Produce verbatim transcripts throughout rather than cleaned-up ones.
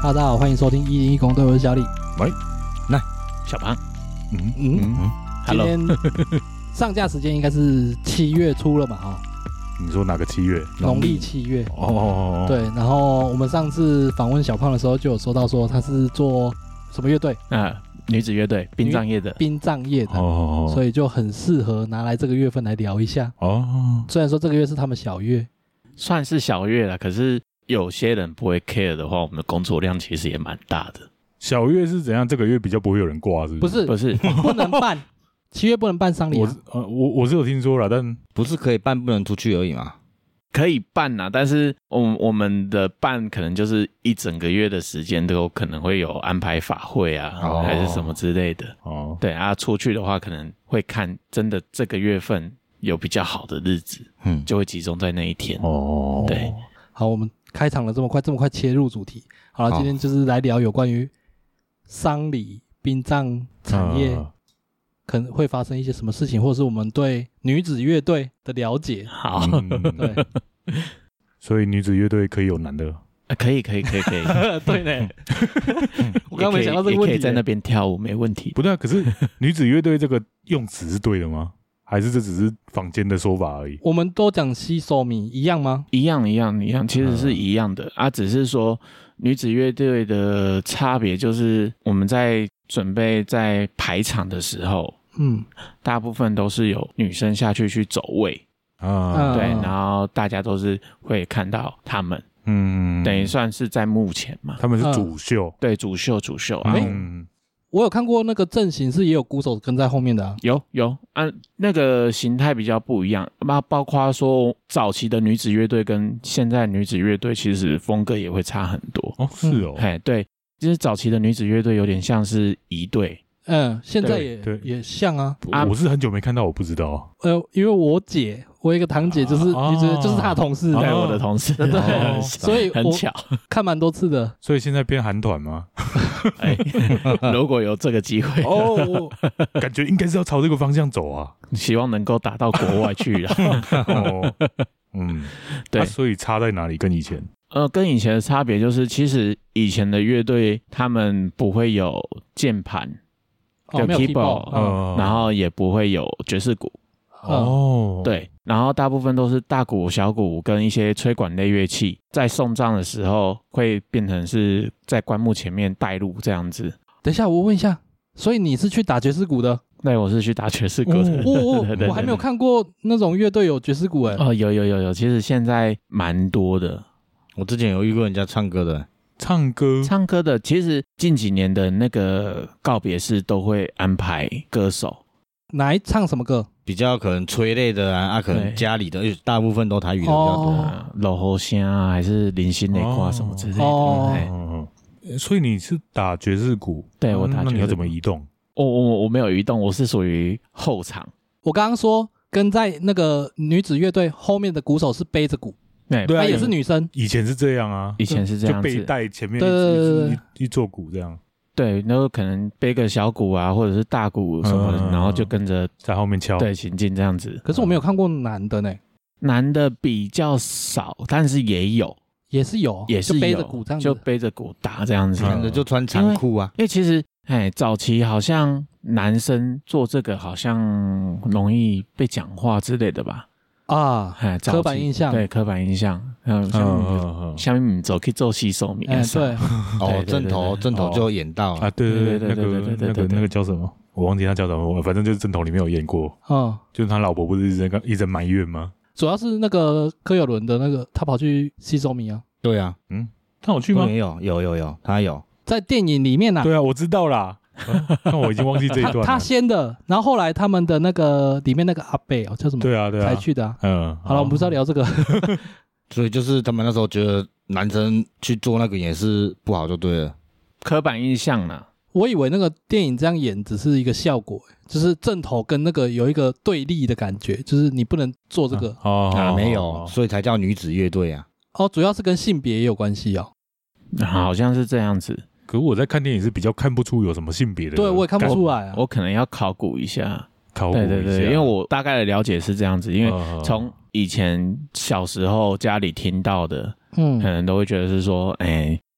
大家好，欢迎收听一零一公队，我是小李。 喂， 来，小庞。 嗯嗯嗯 ，Hello。今天上架时间应该是七月初了嘛？哦， 你说哪个七月？ 农历七月。 哦， 对。然后我们上次访问小胖的时候，就有说到说他是做什么乐队？ 啊，女子乐队，殡葬业的。 殡葬业的。 哦， 所以就很适合拿来这个月份来聊一下。 哦， 虽然说这个月是他们小月， 算是小月了，可是有些人不会 care 的话，我们的工作量其实也蛮大的。 小月是怎样？这个月比较不会有人挂，是不是？ 不是， 不是， 不能办。七月不能办丧礼、啊。 我呃，我我是有听说了，但不是可以办，不能出去而已嘛。 可以办啊，但是我我们的办可能就是一整个月的时间都有可能会有安排法会啊，哦、还是什么之类的。哦，对啊，出去的话可能会看真的这个月份有比较好的日子，嗯，就会集中在那一天。哦，对， 好，我们开场了这么快，这么快切入主题。好了，今天就是来聊有关于丧礼、殡葬产业。嗯，可能会发生一些什么事情，或者是我们对女子乐队的了解。 好， 嗯、对，所以女子乐队可以有男的， 啊、可以，可以，可以，可以。 对呢，我刚刚没想到这个问题， 也可以在那边跳舞，没问题。 不对、啊，可是女子乐队这个用词是对的吗？还是这只是坊间的说法而已？ 我们都讲西索米一样吗？ 一样，一样，一样，其实是一样的、嗯、啊，只是说女子乐队的差别就是我们在准备在排场的时候，嗯，大部分都是有女生下去去走位啊，对，然后大家都是会看到他们，嗯，等于算是在幕前嘛， 他们是主秀， 嗯、对，主秀主秀啊。 嗯，我有看过那个阵型是也有鼓手跟在后面的啊， 有有啊，那个形态比较不一样，包包括说早期的女子乐队跟现在女子乐队其实风格也会差很多哦，是哦， 哎、嗯，对。其实早期的女子乐队有点像是仪队， 嗯，现在也也像啊。 我, 我是很久没看到，我不知道。 呃，因为我姐，我有一个堂姐，就是女子、啊，就是她的同事， 对、啊，我的同事， 对，哦、所以很巧， 看蛮多次的。 所以现在变韩团吗？ 哎，如果有这个机会， 哦，感觉应该是要朝这个方向走啊， 希望能够打到国外去啊。 哦，嗯，对、啊，所以差在哪里？跟以前？ 呃，跟以前的差别就是，其实以前的乐队他们不会有键盘， 哦、 有 keyboard，、 嗯、然后也不会有爵士鼓。 哦， 对，然后大部分都是大鼓、小鼓跟一些吹管类乐器，在送葬的时候会变成是在棺木前面带路这样子。 等一下，我问一下，所以你是去打爵士鼓的？ 对，我是去打爵士鼓的。 哦哦，我还没有看过那种乐队有爵士鼓哎。 哦，有有有有，其实现在蛮多的。 我之前有遇过人家唱歌的， 唱歌唱歌的，其实近几年的那个告别式都会安排歌手， 来唱什么歌？ 比较可能催泪的啊，啊可能家里的，大部分都台语的比较多， 老喉声啊，还是零星雷挂什么之类的。哦哦哦、所以你是打爵士鼓？ 对，我打爵士鼓。 那你要怎么移动？ 我我我没有移动，我是属于后场。 我刚刚说跟在那个女子乐队后面的鼓手是背着鼓。 对， 她、啊、也是女生。 以前是这样啊， 以前是这样子， 就背带前面对对对对一座鼓这样。 对，然后可能背个小鼓啊，或者是大鼓什么的，嗯、然后就跟着在后面敲， 对，行进这样子。 可是我没有看过男的呢， 男的比较少，但是也有， 也是有， 也是有就背着鼓这样子， 就背着鼓打这样子。 男的就穿长裤啊， 因为其实哎，早期好像男生做这个好像容易被讲话之类的吧。 啊，刻板印象， 对，刻板印象，嗯，像下面走可以做洗手米， 哎，对， 哦，正头正头就有演到啊，对对对，那个那个那个叫什么？我忘记他叫什么，反正就是正头里面有演过，嗯，就是他老婆不是一直在一直在埋怨吗？ 主要是那个柯有伦的那个，他跑去洗手米啊， 对啊， 嗯，他有去吗？ 没有，有有有，他有在电影里面啊， 对啊，我知道啦。但我已经忘记这一段了。 他, 他先的，然后后来他们的那个里面那个阿伯哦，叫什么？ 对啊，对啊， 才去的啊。 嗯， 好了，我们不是要聊这个。 所以就是他们那时候觉得男生去做那个也是不好，就对了。 刻板印象啦。 我以为那个电影这样演只是一个效果，就是正头跟那个有一个对立的感觉，就是你不能做这个。 啊，哦、啊没有，所以才叫女子乐队啊。 哦，主要是跟性别也有关系哦。 好像是这样子。 可是我在看电影是比较看不出有什么性别的， 对我也看不出来啊。 我可能要考古一下， 考古一下， 对对对，因为我大概的了解是这样子，因为从以前小时候家里听到的，嗯，可能都会觉得是说，哎、欸，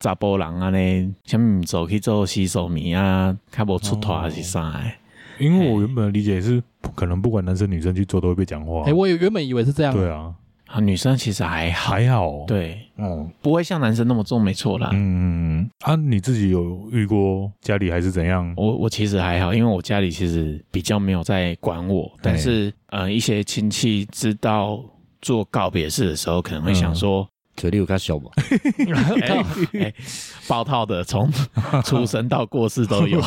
查甫人安尼，啥物毋做去做洗手米啊，较无出头还是啥的。 因为我原本的理解是，可能不管男生女生去做都会被讲话。 哎、欸，我也原本以为是这样。 对啊， 啊，女生其实还好， 还好。 对， 哦， 不会像男生那么重，没错啦。 嗯啊，你自己有遇过家里还是怎样？ 我我其实还好，因为我家里其实比较没有在管我，但是呃，一些亲戚知道做告别式的时候，可能会想说。 嘴里有较小吧？ 欸欸、包套的，从出生到过世都有。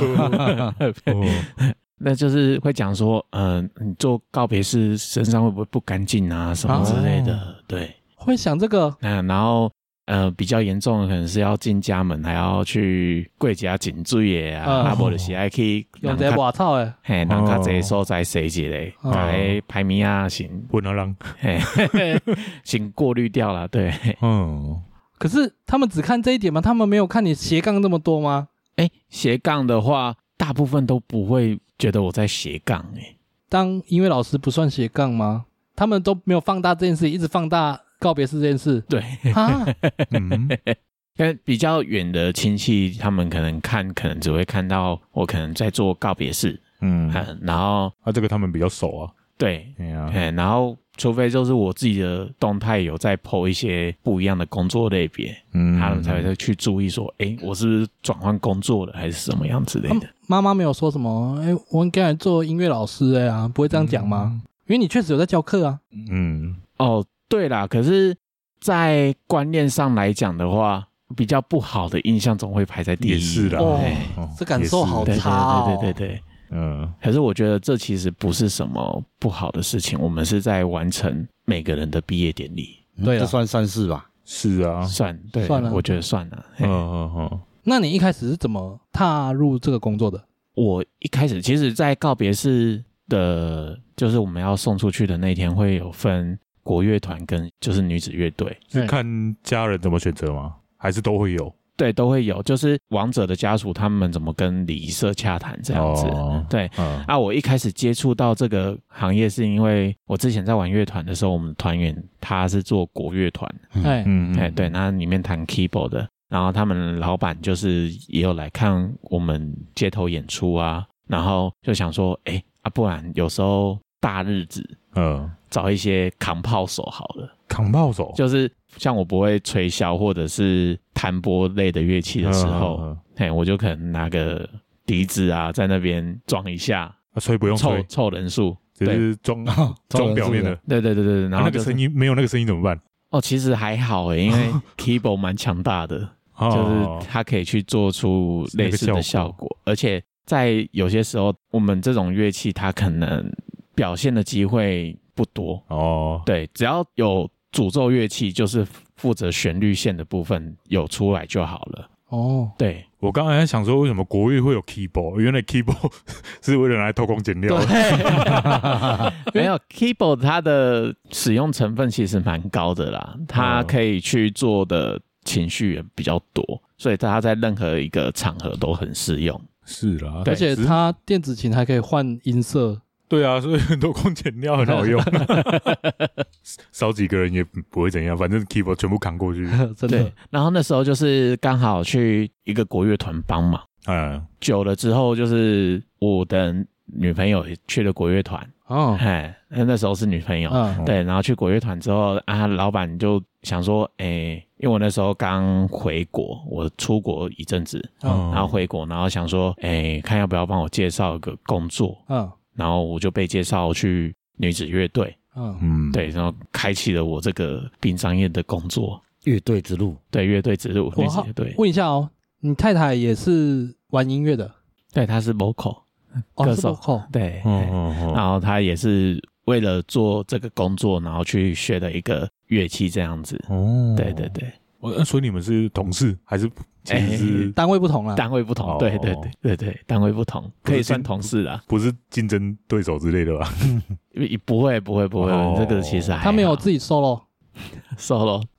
那就是会讲说，呃，你做告别式身上会不会不干净啊，什么之类的？哦、对， 会想这个。 嗯，然后呃，比较严重的可能是要进家门，还要去柜家井水的啊，啊，无就是爱去用这外套诶， 嘿，人较济所在洗一下，来排米啊，先不能让， 嘿，先过滤掉了，对， 嗯。 可是他们只看这一点吗？他们没有看你斜杠那么多吗？ 哎，斜杠的话，大部分都不会觉得我在斜杠哎、欸。 当音乐老师不算斜杠吗？他们都没有放大这件事，一直放大告别式这件事。 对， 啊， 嗯，因为比较远的亲戚，他们可能看，可能只会看到我可能在做告别式，嗯，嗯然后啊，这个他们比较熟啊。 对， 对啊， 然后除非就是我自己的动态有在 po 一些不一样的工作类别，嗯，他们才会去注意说，哎，我是不是转换工作了，还是什么样之类的。 妈妈没有说什么，哎，我应该来做音乐老师哎呀，不会这样讲吗？嗯、因为你确实有在教课啊。 嗯，哦，对啦，可是，在观念上来讲的话，比较不好的印象总会排在第一。 也是啦， 哦，这感受好差哦。 对对对对对。嗯，可是我觉得这其实不是什么不好的事情，我们是在完成每个人的毕业典礼。 对、嗯， 这算善事吧？ 是啊， 算对， 算了， 我觉得算了。 嗯嗯嗯。 那你一开始是怎么踏入这个工作的？ 我一开始其实，在告别式的，就是我们要送出去的那天，会有分国乐团跟就是女子乐队， 是看家人怎么选择吗？还是都会有？ 对，都会有，就是亡者的家属他们怎么跟礼仪社洽谈这样子。哦、对、嗯，啊，我一开始接触到这个行业是因为我之前在玩乐团的时候，我们团员他是做国乐团，哎、嗯，哎、嗯，对，那里面弹 keyboard 的，然后他们老板就是也有来看我们街头演出啊，然后就想说，哎，啊，不然有时候大日子，嗯，找一些扛炮手好了。 扛炮手就是像我不会吹箫或者是弹拨类的乐器的时候，嗯嗯嗯、我就可能拿个笛子啊，在那边装一下， 啊、所以不用凑凑人数， 只是装装表面的。 对对对对，然后、就是啊、 那个声音没有那个声音怎么办？ 哦，其实还好诶，因为 keyboard 蛮强大的，哦、就是它可以去做出类似的效果，效果而且在有些时候，我们这种乐器它可能表现的机会不多哦。对，只要有主奏乐器，就是负责旋律线的部分有出来就好了。哦，对， 我刚才在想说，为什么国乐会有 keyboard？ 原来 keyboard 是为了来偷工减料的。 没有 keyboard 它的使用成分其实蛮高的啦，它可以去做的情绪也比较多，所以它在任何一个场合都很适用。 是啦， 而且它电子琴还可以换音色。 对啊，所以很多工减料很好用，少几个人也不会怎样，反正 keyboard 全部扛过去。 真的。 然后那时候就是刚好去一个国乐团帮忙，嗯，久了之后就是我的女朋友也去了国乐团哦，哎，那时候是女朋友，嗯，对，然后去国乐团之后啊，老板就想说，哎、欸，因为我那时候刚回国，我出国一阵子，嗯，然后回国，然后想说，哎、欸，看要不要帮我介绍一个工作，嗯。然后我就被介绍去女子乐队，嗯，对，然后开启了我这个殡葬业的工作， 乐队之路， 对，乐队之路，女子乐队。 问一下哦，你太太也是玩音乐的？ 对，她是 vocal 歌手，哦、vocal 对，哦哦哦，然后她也是为了做这个工作，然后去学了一个乐器这样子。哦，对对对。 哦，所以你们是同事还是其实是、 欸、单位不同啦？ 单位不同，哦、对对对对对，单位不同，可以算同事啦， 不是竞争对手之类的吧？ 不会不会不会，哦、这个其实还好他没有自己 solo solo， 就是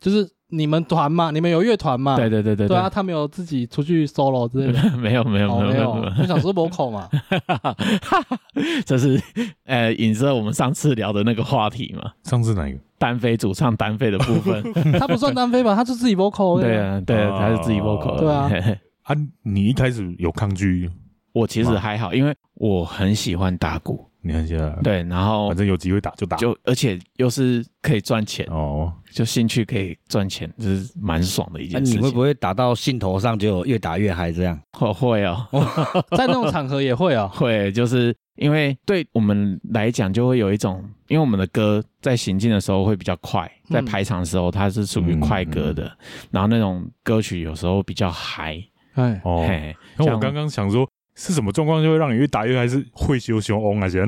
你们团嘛，你们有乐团嘛？ 对对对对对啊，他们有自己出去 solo 之类的。 没有没有哦、 没有没有，我想说 vocal 嘛。 这是呃影射我们上次聊的那个话题嘛？ 上次哪一个？ 单飞主唱单飞的部分， 他不算单飞吧？他是自己 vocal。 对啊对啊，他是自己 vocal。 对啊。 啊，你一开始有抗拒？ 我其实还好，因为我很喜欢打鼓。 你很喜欢？ 对，然后反正有机会打就打， 就而且又是可以赚钱哦， 就兴趣可以赚钱，就是蛮爽的一件事情。 那、啊、你会不会打到兴头上就越打越嗨这样？ 我会哦， 在那种场合也会哦， 会，就是因为对我们来讲就会有一种，因为我们的歌在行进的时候会比较快，在排场的时候它是属于快歌的，嗯嗯、然后那种歌曲有时候比较嗨。 哎哦，那我刚刚想说。是什么状况就会让你越打越还是会修熊翁啊？先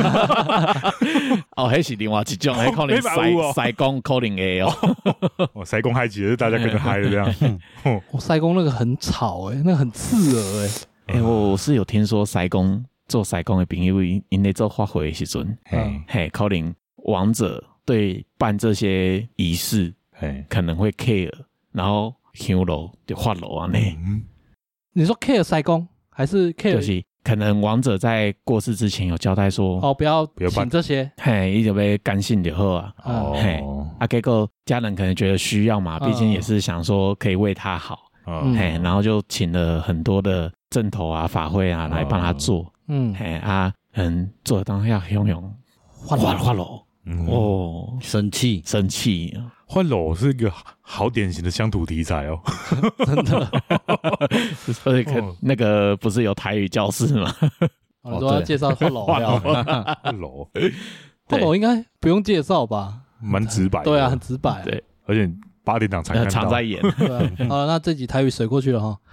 哦，那是另外一种，那可能塞塞工可能 A 哦， 哦，塞工嗨起来，大家跟着嗨的这样。 我塞工那个很吵哎、欸，那个很刺耳哎、 欸。哎、欸，我是有听说塞工做塞工的朋友，因在做发挥的时阵，嘿，嘿，可能王者对办这些仪式，可能会 care， 然后上楼就发楼啊那。 你說 care 塞工還是 care？ 就是可能王者在過世之前有交代說， 哦，不要請這些， 嘿，伊就要甘心就好啊。哦，嘿，啊，結果家人可能覺得需要嘛，畢竟也是想說可以為他好，嗯，嘿，然後就請了很多的陣頭啊、法會啊來幫他做，嗯，嘿啊，嗯，做當下用用換樓換樓，哦， 生氣生氣。 換樓是一個好典型的鄉土題材哦， 真的。 所以那個不是有台語教室嗎？ 我都要介紹換樓，換樓， 換樓， 換樓應該不用介紹吧？ 蠻直白。 對啊，很直白。 對， 而且八點檔常看到， 常在演。 對啊，好，那這集台語水過去了哈。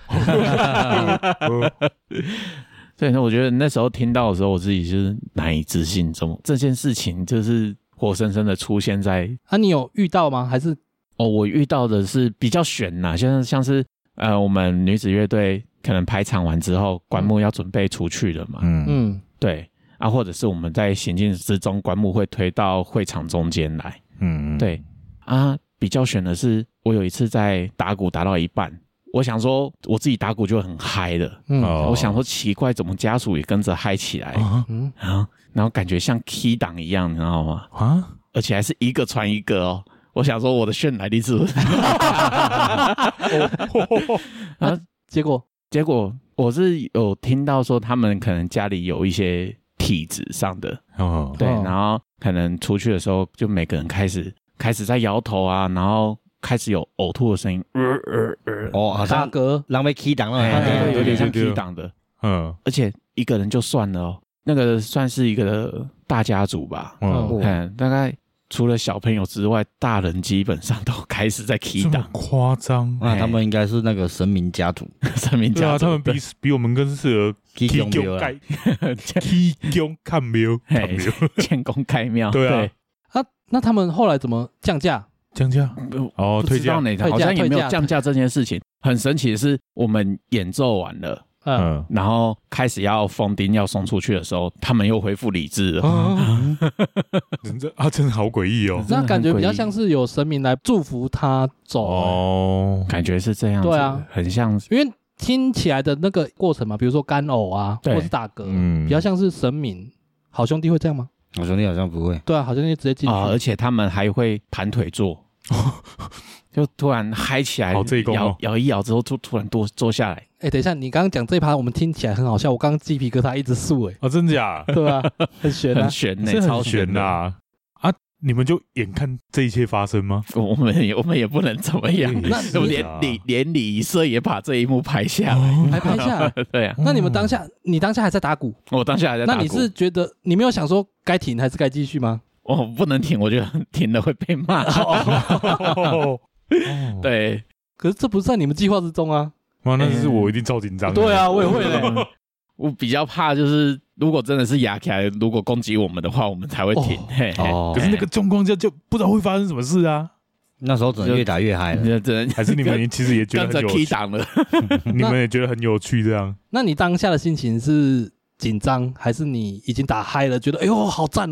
對，那我覺得那時候聽到的時候，我自己就是難以置信，怎麼這件事情就是活生生的出現在啊？你有遇到嗎？還是哦，我遇到的是比較懸吶，像像是呃，我們女子樂隊可能排場完之後，棺木要準備出去了嘛，嗯嗯，對啊，或者是我們在行進之中，棺木會推到會場中間來，嗯嗯，對啊，比較懸的是，我有一次在打鼓打到一半，我想說我自己打鼓就很嗨了，嗯，我想說奇怪，怎麼家屬也跟着嗨起來，嗯啊，然後感覺像 key 檔一樣，你知道嗎？啊，而且還是一個傳一個哦。我想說我的渲染力是不是？ 然後結果結果我是有聽到說他們可能家裡有一些體質上的，哦，對，然後可能出去的時候就每個人開始開始在搖頭啊，然後開始有嘔吐的聲音，呃呃呃， 哦，好像歌浪費 key 檔了， 欸，有點像 key 檔的，嗯，而且一個人就算了哦，那個算是一個大家族吧，嗯，嗯，大概。除了小朋友之外，大人基本上都開始在 key 檔， 這麼誇張？ 那他們應該是那個神明家族， 神明家族， 對啊，他們比比我們更適合 key 宮蓋 key 宮看廟，看廟， 建功蓋廟。 對啊， 啊，那他們後來怎麼降價？ 降價？哦， 不知道哪好像也沒有降價這件事情。很神奇的是，我們演奏完了。嗯，然後開始要封釘要送出去的時候，他們又恢復理智了。啊， 啊真的好詭異哦！ 那感覺比較像是有神明來祝福他走哦， 感覺是這樣子。對啊，很像， 因為聽起來的那個過程嘛，比如說乾嘔啊，或是打嗝，嗯，比較像是神明。好兄弟會這樣嗎？ 好兄弟好像不會。 對啊，好兄弟直接進去， 啊，而且他們還會盤腿坐。就突然嗨起來，搖搖一搖之後，就突然多坐下來。 哎、欸，等一下，你剛剛講這一趴，我們聽起來很好笑。我剛剛雞皮疙瘩一直豎，哎， 哦，真假？ 對啊，很懸、啊， 很懸呢、欸，超懸啊！啊，你們就眼看這一切發生嗎？ 我們也我們也不能怎麼樣，那我連李連李攝也把這一幕拍下來， 還拍下來。對啊，那你們當下，你當下還在打鼓？ 我當下還在打鼓。 那你是覺得你沒有想說該停還是該繼續嗎？ 我不能停，我覺得停了會被罵。 哦哦、對， 可是這不是在你們計劃之中啊！ 哇，那是我一定超緊張、欸。 對啊，我也會嘞。 我比較怕就是，如果真的是壓起來，如果攻擊我們的話，我們才會停。哦，嘿嘿哦，可是那個狀況下就不知道會發生什麼事啊。 那時候只能越打越嗨了， 還是你們其實也覺得很有趣？ 跟着 key 檔了， 你們也覺得很有趣這樣？ 那你當下的心情是緊張，還是你已經打嗨了，覺得哎呦好讚哦這樣？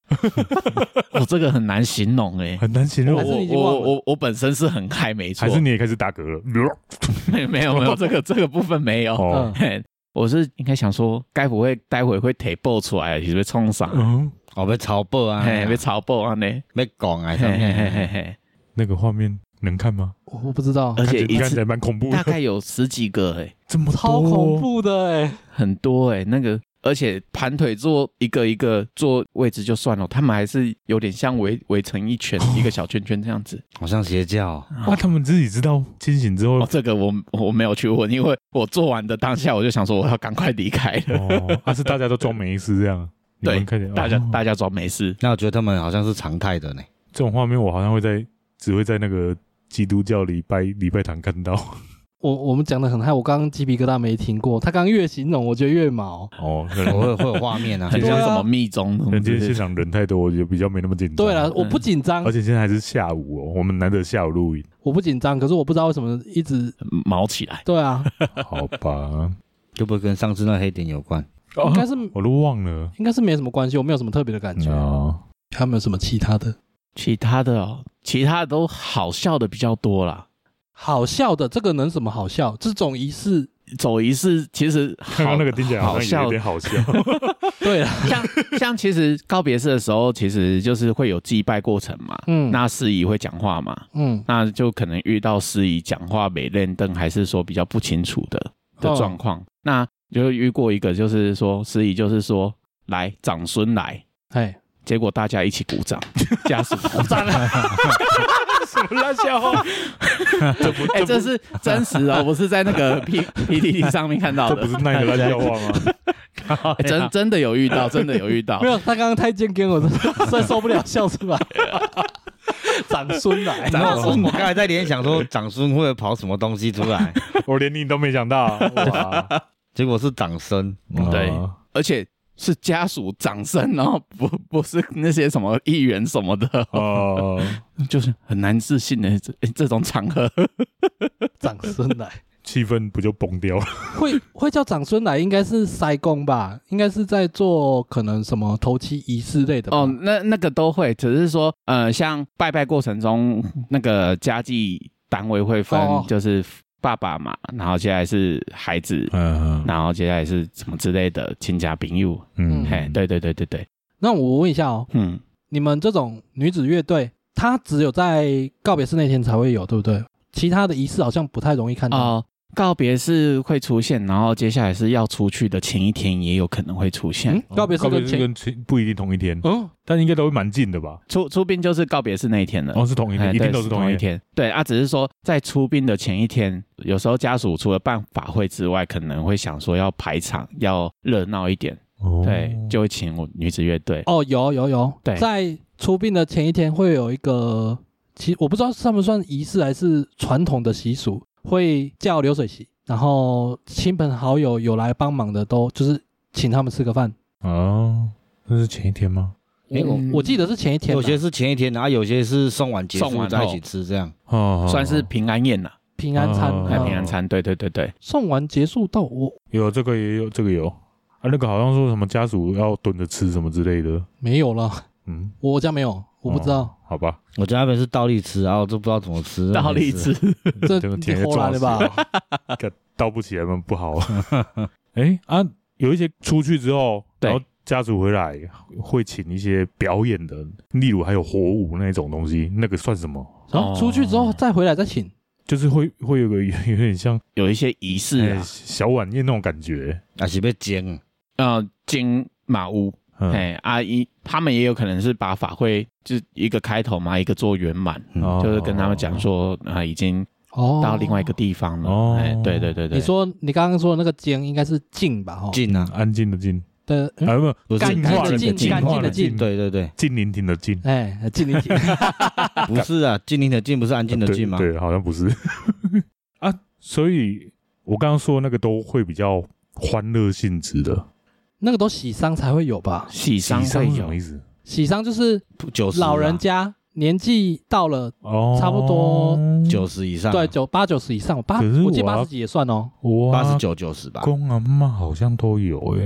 我这个很难形容哎、欸， 很难形容。 还是你已经我忘了我我我本身是很嗨，没错。 还是你也开始打嗝了？ 没没有没有，这个这个部分没有。 哦嗯、我是应该想说，该不会待会会腿爆出来，是被冲上？ 嗯， 哦，被超爆啊， 嘿，被超爆啊呢， 被讲啊， 嘿嘿嘿嘿嘿。 那个画面能看吗？ 我不知道， 而且一次看起来蛮恐怖的， 大概有十几个哎、欸， 这么多超恐怖的哎、欸， 很多哎、欸，那个。而且盘腿坐一个一个坐位置就算了，他们还是有点像围围成一圈、一个小圈圈这样子， 好像邪教。 哇，他们自己知道清醒之后， 哦、这个我我没有去问，因为我做完的当下我就想说我要赶快离开了。 哦，还、啊、是大家都装没事这样？ 对， 看见大家、 哦、 大家装没事。 那我觉得他们好像是常态的呢。 这种画面我好像会在只会在那个基督教礼拜礼拜堂看到。 我我们讲的很嗨，我刚刚鸡皮疙瘩没停过。他刚刚越形容，我觉得越毛。 哦， 会会有画面啊， 很像什么密宗。 人今天现场人太多，我觉得比较没那么紧张。 对了，我不紧张， 而且现在还是下午哦，我们难得下午录影。 我不紧张，可是我不知道为什么一直毛起来。 对啊， 好吧， 会不会跟上次那黑点有关？ 哦、 应该是我都忘了， 应该是没什么关系，我没有什么特别的感觉。 哦、 还有没有什么其他的？ 其他的哦，其他的都好笑的比较多啦。 好笑的，这个能什么好笑？这种仪式走仪式其实刚刚那个听起来好像有点好笑。 对了， 像像其实告别式的时候，其实就是会有祭拜过程嘛。嗯，那司仪会讲话嘛。嗯，那就可能遇到司仪讲话没认凳，还是说比较不清楚的的状况。哦、那就遇过一个，就是说司仪就是说来长孙来，哎，结果大家一起鼓掌，家属鼓掌了。 什么烂笑话？ 这不，哎、欸，这是真实的，不是在那个 P P T T 上面看到的。 这不是那个烂笑话吗？ 欸、真真的有遇到，真的有遇到。 没有，他刚刚太尖跟我，实在受不了，笑出来。长孙来， 长孙，我刚才在联想说长孙会跑什么东西出来， 我连你都没想到，哇！ 结果是长孙， 嗯、对，而且。是家属掌声，然后不不是那些什么议员什么的哦，就是很难置信的这这种场合， 长孙来， 气氛不就崩掉了？ 会会叫长孙来，应该是塞公吧？应该是在做可能什么头七仪式类的吧。 哦，那那个都会，只是说呃，像拜拜过程中，那个家祭单位会分，就是爸爸嘛，然后接下来是孩子，嗯，然后接下来是什么之类的亲家朋友，嗯，嘿，对对对对对。 那我问一下哦，嗯，你们这种女子乐队，它只有在告别式那天才会有，对不对？其他的仪式好像不太容易看到。 哦，告别式会出现，然后接下来是要出去的前一天也有可能会出现。 嗯、告别式跟前跟不一定同一天，嗯，但应该都会蛮近的吧？ 出出殡就是告别式那一天了。 哦，是同一天，一定都是同一天。 对啊，只是说在出殡的前一天，有时候家属除了办法会之外，可能会想说要排场，要热闹一点，哦、对，就会请我女子乐队。 哦，有有有， 对， 在出殡的前一天会有一个，其实我不知道算不算仪式还是传统的习俗。会叫流水席，然后亲朋好友有来帮忙的都就是请他们吃个饭。 哦，那是前一天吗？ 哎、欸，我我记得是前一天， 有些是前一天，然后有些是送完结束在一起吃，这样。 哦，算是平安宴呐、啊， 平安餐， 哦、平安餐，对对对对。 送完结束到我有这个也有这个有啊，那个好像说什么家属要蹲着吃什么之类的， 没有了。嗯，我家没有，我不知道。 哦、好吧， 我家那边是倒立吃，然后都不知道怎么吃。 倒立吃， 这挺后来的吧？ 倒不起来嘛，不好。哎、欸、啊，有一些出去之后，然后家属回来会请一些表演的，例如还有火舞那种东西，那个算什么？ 然后、哦、出去之后再回来再请， 就是会会有个有点像有一些仪式啊， 小晚宴那种感觉， 还是被煎？ 呃，煎马屋。哎，阿姨他们也有可能是把法会就是一个开头嘛，一个做圆满，嗯、就是跟他们讲说啊、呃，已经到另外一个地方了。哦，哎，对对对对。 你说你刚刚说的那个静应该是静吧？哈， 静啊， 安静的静。 的啊不， 干净的净，干净的净。 对对对， 静聆听的静。 哎，静聆听。 不是啊，静聆的静不是安静的静吗？ 对，对好像不是。啊，所以我刚刚说的那个都会比较欢乐性质的。 那个都喜丧才会有吧？ 喜丧会有什么意思？ 喜丧就是老人家年纪到了， 哦， 差不多九十以上， 对，九八九十以上，八我记得八十几也算哦， 八十九九十吧。 公阿嬷好像都有诶、欸，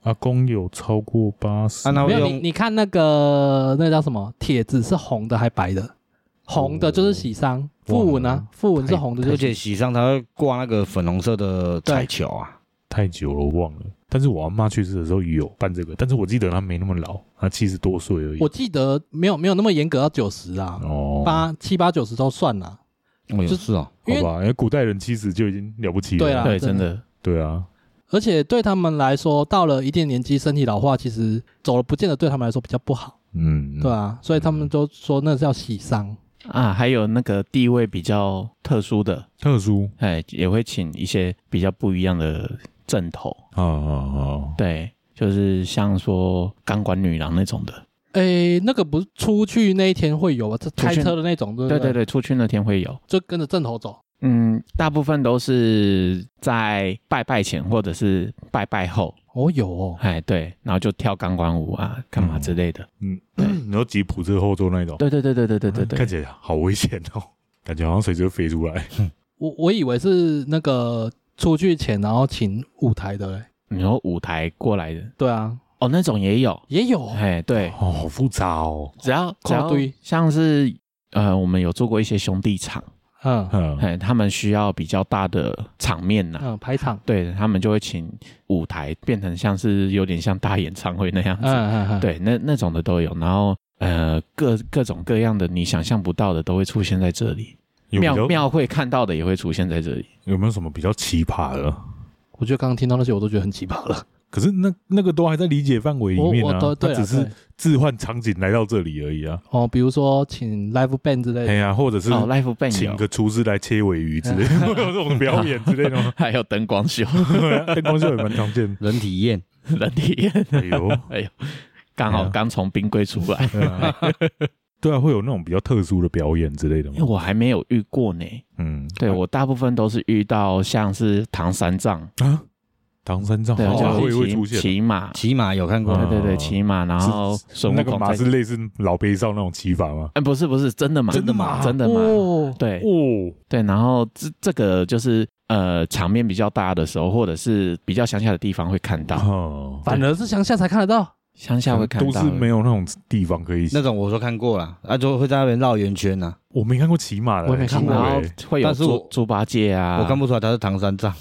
阿公有超过八十、啊， 没有你你看那个那个叫什么帖子是红的还白的？红的就是喜丧，讣文啊，讣文是红的， 而且喜丧它会挂那个粉红色的彩球啊。 太久了，我忘了。但是我阿妈去世的时候有办这个，但是我记得她没那么老，她七十多岁而已。 我记得没有没有那么严格到九十啊，哦，八七八九十都算了。 哦，就是哦， 好吧，因为古代人七十就已经了不起了。 对啊， 对，真的， 对啊。 而且对他们来说，到了一定年纪，身体老化，其实走了不见得对他们来说比较不好。嗯，对啊，所以他们都说那是叫喜丧啊。还有那个地位比较特殊的， 特殊， 哎，也会请一些比较不一样的阵头。哦哦哦，对，就是像说钢管女郎那种的。 诶，那个不是出去那一天会有啊？这开车的那种，对不对？ 对对对，出去那天会有， 就跟着阵头走。 嗯，大部分都是在拜拜前或者是拜拜后。 哦，有哦， 哎，对，然后就跳钢管舞啊，干嘛之类的。 嗯，然后吉普车后座那种。 对对对对对对对对， 看起来好危险哦，感觉好像随时会飞出来。 我我以为是那个出去前然后请舞台的嘞。 你说舞台过来的？对啊。哦，那种也有， 也有。 哎，对， 哦，好复杂哦。 只要只要像是呃，我们有做过一些兄弟场。嗯嗯，他们需要比较大的场面呐、啊， 嗯，排场， 对他们就会请舞台变成像是有点像大演唱会那样子，嗯嗯嗯，对，那那种的都有，然后呃各各种各样的你想象不到的都会出现在这里，庙庙会看到的也会出现在这里， 有没有什么比较奇葩的？ 我觉得刚刚听到那些我都觉得很奇葩了。 可是那那个都还在理解范围里面啊，它只是置换场景来到这里而已啊。 哦，比如说请 live band 之类的， 哎呀，或者是哦 live band 请个厨师来切鮪鱼之类的，会有这种表演之类的吗？ 还有灯光秀， 灯光秀也蛮常见。 人体验， 人体验， 哎呦哎呦，刚好刚从冰柜出来。 对啊，会有那种比较特殊的表演之类的吗？ 我还没有遇过呢。嗯，对我大部分都是遇到像是唐三藏啊。 唐三藏对， 会会出现骑马， 骑马有看过， 对对对，骑马，然后那个马是类似老杯少那种骑法吗？ 哎，不是不是，真的马， 真的马， 真的马，对哦，对，然后这这个就是呃场面比较大的时候，或者是比较乡下的地方会看到， 哦，反而是乡下才看得到， 乡下会看到， 都是没有那种地方可以那种，我说看过了，啊，就会在那边绕圆圈呐。 我没看过骑马的， 我没看过， 然后会有猪猪八戒啊， 我看不出来他是唐三藏。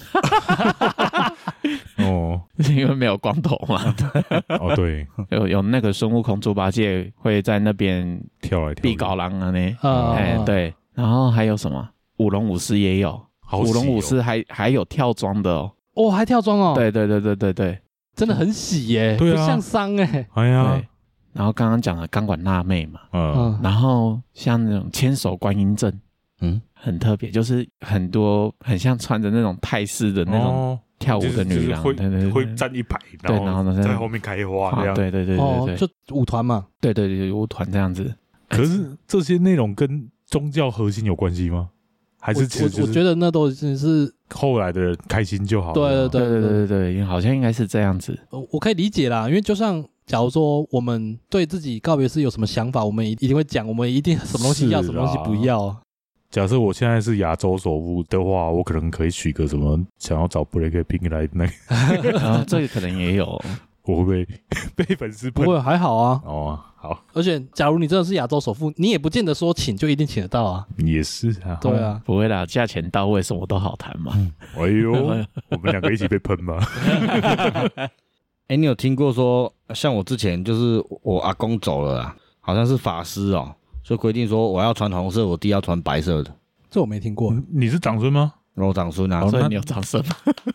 哦，因为没有光头嘛。 哦，对， 有有那个孙悟空、猪八戒会在那边跳来跳去， 避高郎啊呢。哎，对，然后还有什么舞龙舞狮也有，舞龙舞狮还还有跳桩的哦。 哦，还跳桩哦。 对对对对对对， 真的很喜耶， 对啊， 不像伤哎。 哎呀。 然后刚刚讲了钢管辣妹嘛，嗯，然后像那种千手观音阵，嗯，很特别，就是很多很像穿着那种泰式的那种跳舞的女郎， 会对对对， 会站一排， 对，然后呢在后面开花这样， 对对对对对， 就舞团嘛， 对对对，舞团这样子。 可是这些内容跟宗教核心有关系吗？还是其实我觉得那都只是后来的人开心就好了。 对对对对对对对，好像应该是这样子。 我可以理解啦，因为就像假如说我们对自己告别式有什么想法，我们一定会讲，我们一定什么东西要，什么东西不要。 假设我现在是亚洲首富的话，我可能可以许个什么，想要找 Blackpink 来那个， 然后这个可能也有。 我会不会被粉丝不会还好啊。 哦，好。 而且，假如你真的是亚洲首富，你也不见得说请就一定请得到啊。 也是啊。 对啊， 不会啦，价钱到位，什么都好谈嘛。 嗯、哎呦，我们两个一起被喷吧。 哎、欸，你有听过说，像我之前就是我阿公走了啦，好像是法师哦，所以规定说我要穿红色，我弟要穿白色的。 这我没听过。 嗯、你是长孙吗？ 我长孙啊， 所以你有长孙吗？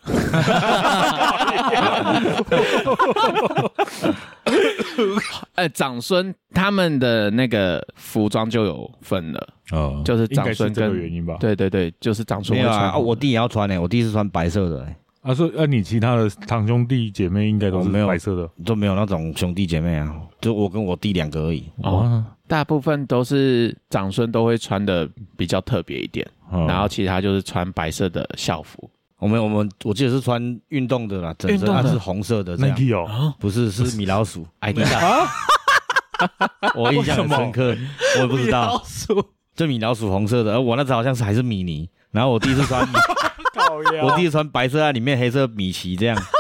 哎，长孙他们的那个服装就有分了，哦，就是长孙跟应该是这个原因吧？ 对对对，就是长孙没有啊，我弟也要穿诶、欸，我弟是穿白色的、欸。 啊，所以那、啊、你其他的堂兄弟姐妹应该都是白色的， 都没有那种兄弟姐妹啊，就我跟我弟两个而已。 哦，大部分都是长孙都会穿的比较特别一点。嗯、然后其他就是穿白色的校服， 我们我们我记得是穿运动的啦，整身它是红色的这样。 Nike 哦， 不是是米老鼠 ，Adidas。我印象很深刻，我也不知道。米老鼠，这米老鼠红色的，而我那只好像是还是米妮，然后我弟是穿，我弟是穿白色啊，里面黑色米奇这样。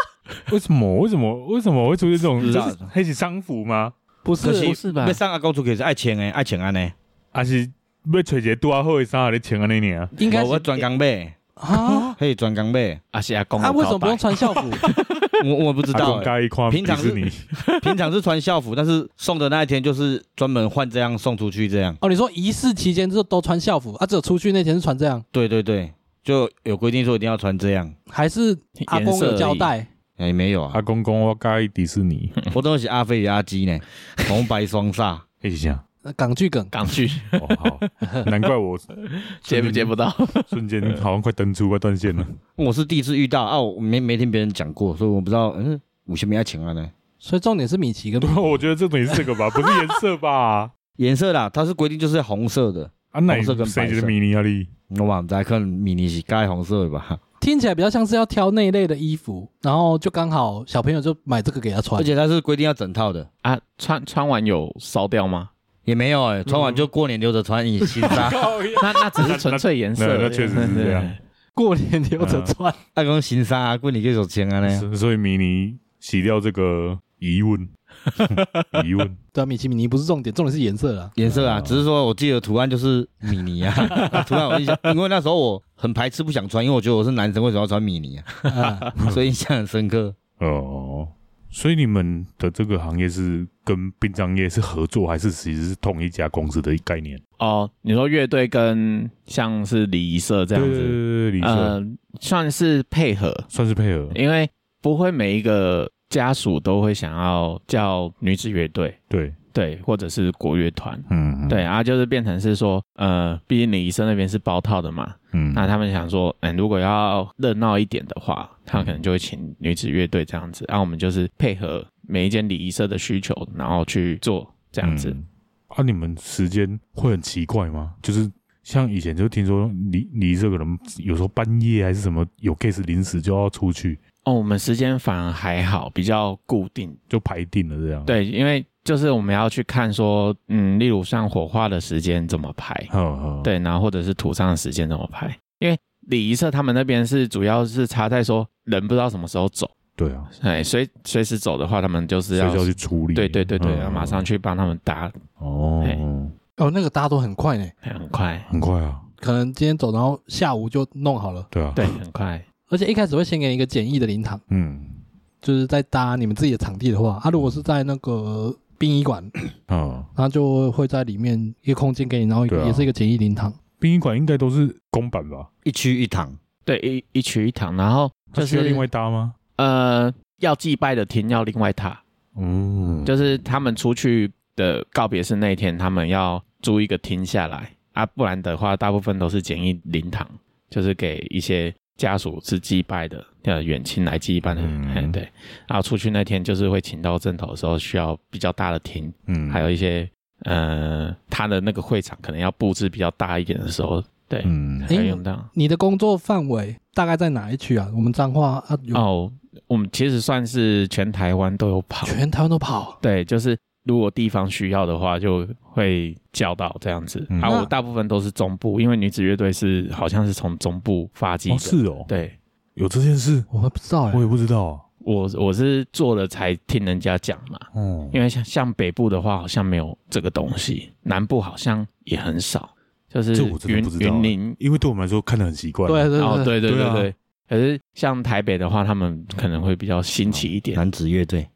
为什么？为什么？为什么会出现这种？就是还是丧服吗？ 不是， 不是吧？ 要送阿公出去是爱穿的，爱穿安尼， 还是要找一个拄好的衫来穿安尼尔？ 应该是我专工买啊， 可以专工买。 阿是阿公， 他为什么不用穿校服？ 我我不知道、欸，平常是你平常是穿校服，但是送的那一天就是专门换这样送出去这样。 哦，你说仪式期间就都穿校服啊，只有出去那天是穿这样？ 对对对，就有规定说一定要穿这样。 还是阿公有交代？ 哎、欸，没有啊。 阿公公我介迪士尼， 我都是阿飞与阿基呢，红白双煞。 一起想港剧梗， 港剧。 哦好，难怪我接不接不到， 瞬间好像快登出快断线了。 我是第一次遇到啊，我没没听别人讲过，所以我不知道嗯有什么要请啊呢。 所以重点是米奇跟我觉得这种也是这个吧，不是颜色吧？ 颜色啦，它是规定就是红色的， 啊，红色跟白色。迷你压力， 我嘛不知道，可能迷你是该红色的吧。 听起来比较像是要挑那一类的衣服，然后就刚好小朋友就买这个给他穿， 而且它是规定要整套的啊。穿穿完有烧掉吗？ 也没有哎、欸，穿完就过年留着穿，你新衫。 那那只是纯粹颜色， 那确实是这样。 过年留着穿， 那讲新衫啊，过年继续穿啊呢。 所以迷你洗掉这个疑问，疑问。 对啊，米奇米妮不是重点，重点是颜色啊， 颜色啊，只是说我记得图案就是米妮啊，图案我印象，因为那时候我很排斥不想穿，因为我觉得我是男生，为什么要穿米妮啊？所以印象很深刻。 哦。所以你们的这个行业是跟殡葬业是合作，还是其实是同一家公司的概念？ 哦，你说乐队跟像是礼仪社这样子， 对对对，礼仪社、呃、 算是配合， 算是配合， 因为不会每一个家属都会想要叫女子乐队， 对对，或者是国乐团， 嗯, 嗯， 对啊，就是变成是说，呃，毕竟礼仪社那边是包套的嘛，嗯，那他们想说，嗯、欸，如果要热闹一点的话，他们可能就会请女子乐队这样子，然后、啊、我们就是配合每一间礼仪社的需求，然后去做这样子。 嗯、啊，你们时间会很奇怪吗？就是像以前就听说礼礼仪社可能有时候半夜还是什么有 case 临时就要出去。 哦，我们时间反而还好，比较固定， 就排定了这样。 对，因为就是我们要去看说，嗯，例如像火化的时间怎么排， 呵呵对，然后或者是土葬的时间怎么排，因为礼仪社他们那边是主要是差在说人不知道什么时候走。 对啊， 哎，随随时走的话，他们就是要随时要去处理。 对对对对， 嗯、 要马上去帮他们搭。 哦哦，那个搭都很快呢， 很快， 很快啊， 可能今天走，然后下午就弄好了。 对啊， 对，很快。 而且一开始会先给你一个简易的灵堂， 嗯， 就是在搭你们自己的场地的话，啊，如果是在那个殡仪馆，嗯，他就会在里面一个空间给你，然后也是一个简易灵堂。 殡仪馆应该都是公版吧？ 一区一堂， 对，一一区一堂，然后就是需要另外搭吗？ 呃，要祭拜的厅要另外搭，嗯，就是他们出去的告别式那一天，他们要租一个厅下来啊，不然的话，大部分都是简易灵堂。就是给一些家属是祭拜的，呃，远亲来祭拜的，嗯，对。然后出去那天就是会请到正头的时候，需要比较大的厅，嗯，还有一些呃，他的那个会场可能要布置比较大一点的时候，对，嗯，还要用到。 你的工作范围大概在哪一区啊？我们彰化啊， 哦，我们其实算是全台湾都有跑， 全台湾都跑， 对，就是。如果地方需要的话，就会叫到这样子。嗯、啊，我大部分都是中部，因为女子乐队是好像是从中部发迹的。 哦，是哦， 对， 有这件事， 我还不知道、欸， 我也不知道、啊。 我我是做了才听人家讲嘛。哦，因为像像北部的话，好像没有这个东西，南部好像也很少。就是云云林， 因为对我们来说看得很习惯。 对对对、 哦、对对对对, 对、啊。可是像台北的话，他们可能会比较新奇一点。 男子乐队。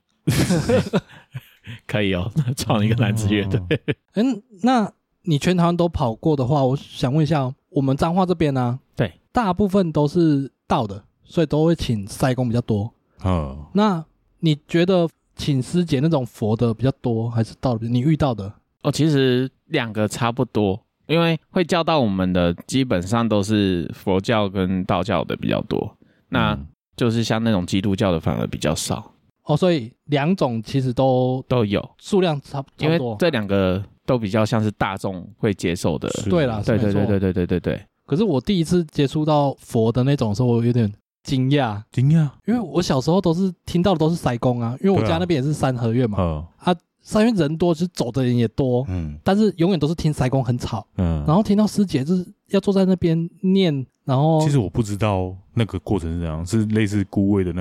可以哦，创一个男子乐队。 嗯、欸，那你全台湾都跑过的话，我想问一下，我们彰化这边呢、啊？ 对， 大部分都是道的，所以都会请塞公比较多。嗯，那你觉得请师姐那种佛的比较多，还是道的？你遇到的？ 哦，其实两个差不多，因为会叫到我们的基本上都是佛教跟道教的比较多，那就是像那种基督教的反而比较少。 哦，所以两种其实都都有， 数量差不多， 因为这两个都比较像是大众会接受的。 对啦， 对对对对对对对对。 可是我第一次接触到佛的那种的时候，我有点惊讶， 惊讶， 因为我小时候都是听到的都是塞公啊，因为我家那边也是三合院嘛，啊，啊三院人多，就是走的人也多，嗯，但是永远都是听塞公很吵，嗯，然后听到师姐就是要坐在那边念，然后其实我不知道那个过程是怎样，是类似孤位的那个吗？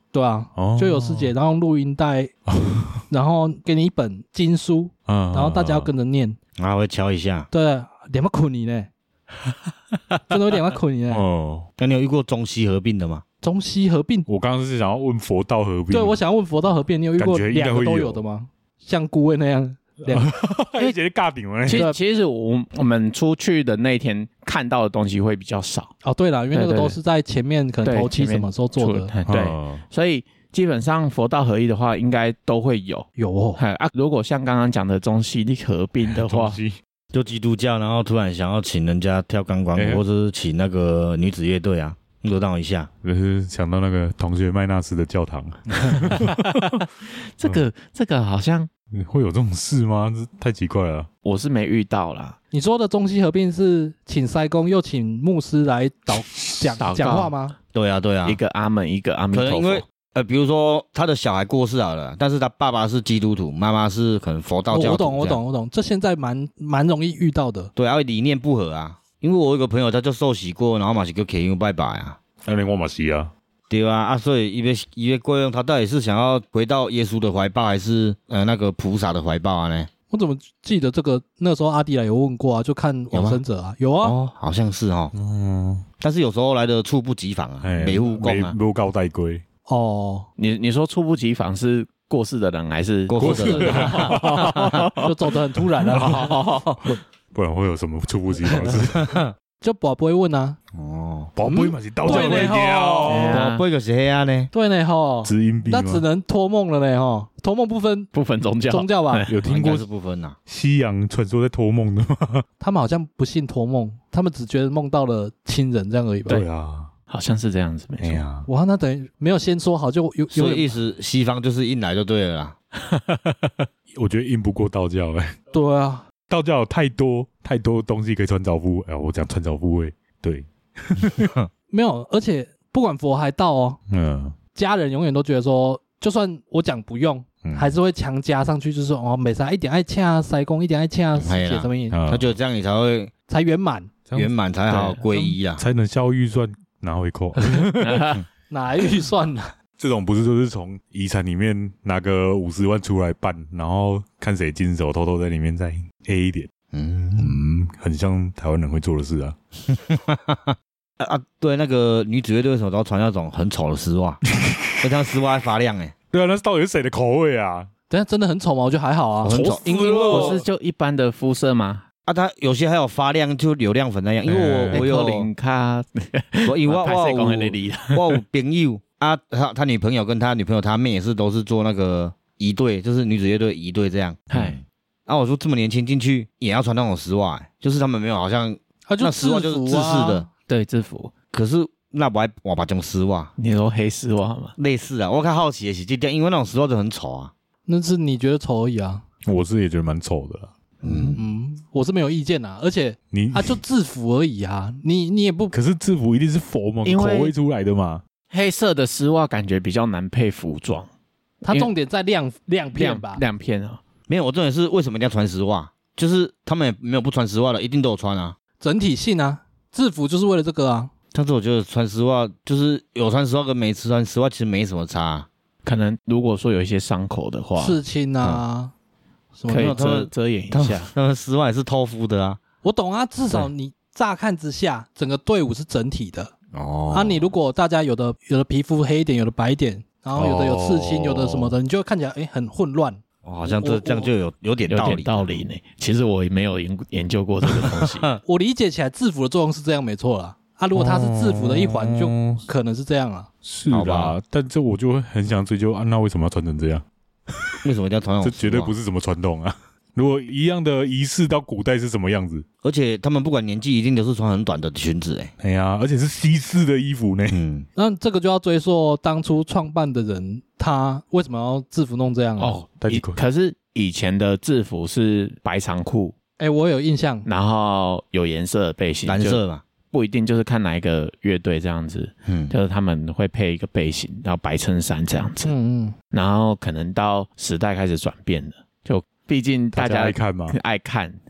对啊，哦、就有师姐，然后录音带，然后给你一本经书，嗯、然后大家要跟着念， 然后会敲一下。 对，两把捆你呢，真的有两把捆你呢。 哦，那你有遇过中西合并的吗？ 中西合并， 我刚刚是想要问佛道合并。 对，我想要问佛道合并，你有遇过两个都有的吗？像顾问那样。 因为觉得尬顶了。 其实其实我我们出去的那一天看到的东西会比较少。 哦，对了，因为那个都是在前面可能头七什么时候做的， 对，对哦、所以基本上佛道合一的话，应该都会有有哦。 啊，如果像刚刚讲的中西合并的话， 就基督教，然后突然想要请人家跳钢管舞，欸、或者是请那个女子乐队啊，热闹一下， 就是想到那个同学麦纳斯的教堂。 这个这个好像。 会有这种事吗？这太奇怪了。 我是没遇到啦。 你说的中西合并是请塞公又请牧师来祷讲讲话吗？ 对啊，对啊， 一个阿门，一个阿弥陀佛。 可能因为呃，比如说他的小孩过世好了，但是他爸爸是基督徒，妈妈是可能佛道教徒。 我懂，我懂，我懂。这现在蛮蛮容易遇到的。 对啊，理念不合啊。因为我有一个朋友，他就受洗过，然后嘛是叫祈求拜拜啊。 那连我嘛是啊。 对啊，啊，所以因为因为贵用他到底是想要回到耶稣的怀抱，还是呃那个菩萨的怀抱啊呢？ 我怎么记得这个那时候阿迪来有问过啊？就看往生者啊，有啊， 哦，好像是哦，嗯，但是有时候来的猝不及防啊，没护供啊， 没高带归哦。 你你说猝不及防是过世的人还是过世的人？ 就走得很突然啊， 不然会有什么猝不及防事？ 就宝不会问啊， 哦，宝贝嘛是道教的哦， 宝贝就是黑暗呢， 对呢吼， 知音币， 那只能托梦了呢吼，托梦不分不分宗教， 宗教吧？ 有听过是不分呐？ 西洋传说在托梦的吗？ 他们好像不信托梦，他们只觉得梦到了亲人这样而已吧？ 对啊， 好像是这样子，没错。 啊、 哇，那等于没有先说好就有， 所以意思西方就是硬来就对了啦。 我觉得硬不过道教哎、欸。 对啊， 道教有太多太多东西可以穿凿附会，哎，我讲穿凿附会。对， 没有，而且不管佛还道哦，嗯，家人永远都觉得说，就算我讲不用，嗯、还是会强加上去，就是说哦，每啥一点爱掐塞公，一点爱掐写什么意思？ 他就这样，你才会才圆满， 圆满才好皈依啊， 才能消预算拿回扣。 哪预算呢、啊？ 这种不是就是从遗产里面拿个五十万出来办，然后看谁经手，偷偷在里面再 A 一点。嗯嗯，很像台湾人会做的事啊。 啊, 啊，对，那个女子乐队为什么都要穿那种很丑的丝袜？那这样丝袜还发亮哎、欸。 对啊，那到底是谁的口味啊？ 等下真的很丑吗？我觉得还好啊， 很丑。 因为我是就一般的肤色吗？ 啊，它有些还有发亮，就有亮粉那样。因为我、欸、我有零卡， 我因为我我有我有朋友啊，他他女朋友跟他女朋友他妹也是都是做那个仪队，就是女子乐队仪队这样。嗨。啊！我说这么年轻进去也要穿那种丝袜、欸，就是他们没有好像， 啊、就那丝袜就是制式的， 对制服。 可是那不还我把这种丝袜， 你说黑丝袜吗？ 类似啊，我看好奇的是这点，因为那种丝袜就很丑啊。 那是你觉得丑而已啊。 我是也觉得蛮丑的啦。 嗯嗯，我是没有意见啊，而且你啊就制服而已啊，你你也不， 可是制服一定是佛嘛，口味出来的嘛。 黑色的丝袜感觉比较难配服装， 它重点在亮亮片吧？ 亮片啊。 没有，我重点是为什么一定要穿丝袜？就是他们也没有不穿丝袜的，一定都有穿啊。 整体性啊，制服就是为了这个啊。 但是我觉得穿丝袜就是有穿丝袜跟没穿丝袜其实没什么差、啊。 可能如果说有一些伤口的话， 刺青啊，嗯、什么可以遮遮掩一下。 他们丝袜也是透肤的啊。 我懂啊，至少你乍看之下，整个队伍是整体的。哦。啊，你如果大家有的有的皮肤黑一点，有的白一点，然后有的有刺青，哦、有的什么的，你就会看起来哎很混乱。 哦、好像这这样就有有点道理， 有点道理呢。其实我也没有研研究过这个东西。 我理解起来，制服的作用是这样，没错啦。啊，如果它是制服的一环，就可能是这样啊。 是啦，但这我就会很想追究啊，那为什么要穿成这样？ 为什么一定要穿那种？ 这绝对不是什么传统啊。如果一样的仪式到古代是什么样子？ 而且他们不管年纪，一定都是穿很短的裙子哎、 欸。哎呀，而且是西式的衣服呢。 嗯，那这个就要追溯当初创办的人，他为什么要制服弄这样啊？ 哦，可是以前的制服是白长裤， 哎、欸，我有印象。 然后有颜色的背心， 蓝色嘛， 不一定就是看哪一个乐队这样子。嗯，就是他们会配一个背心，然后白衬衫这样子。嗯嗯，然后可能到时代开始转变了，就。毕竟大家爱看嘛， 爱看，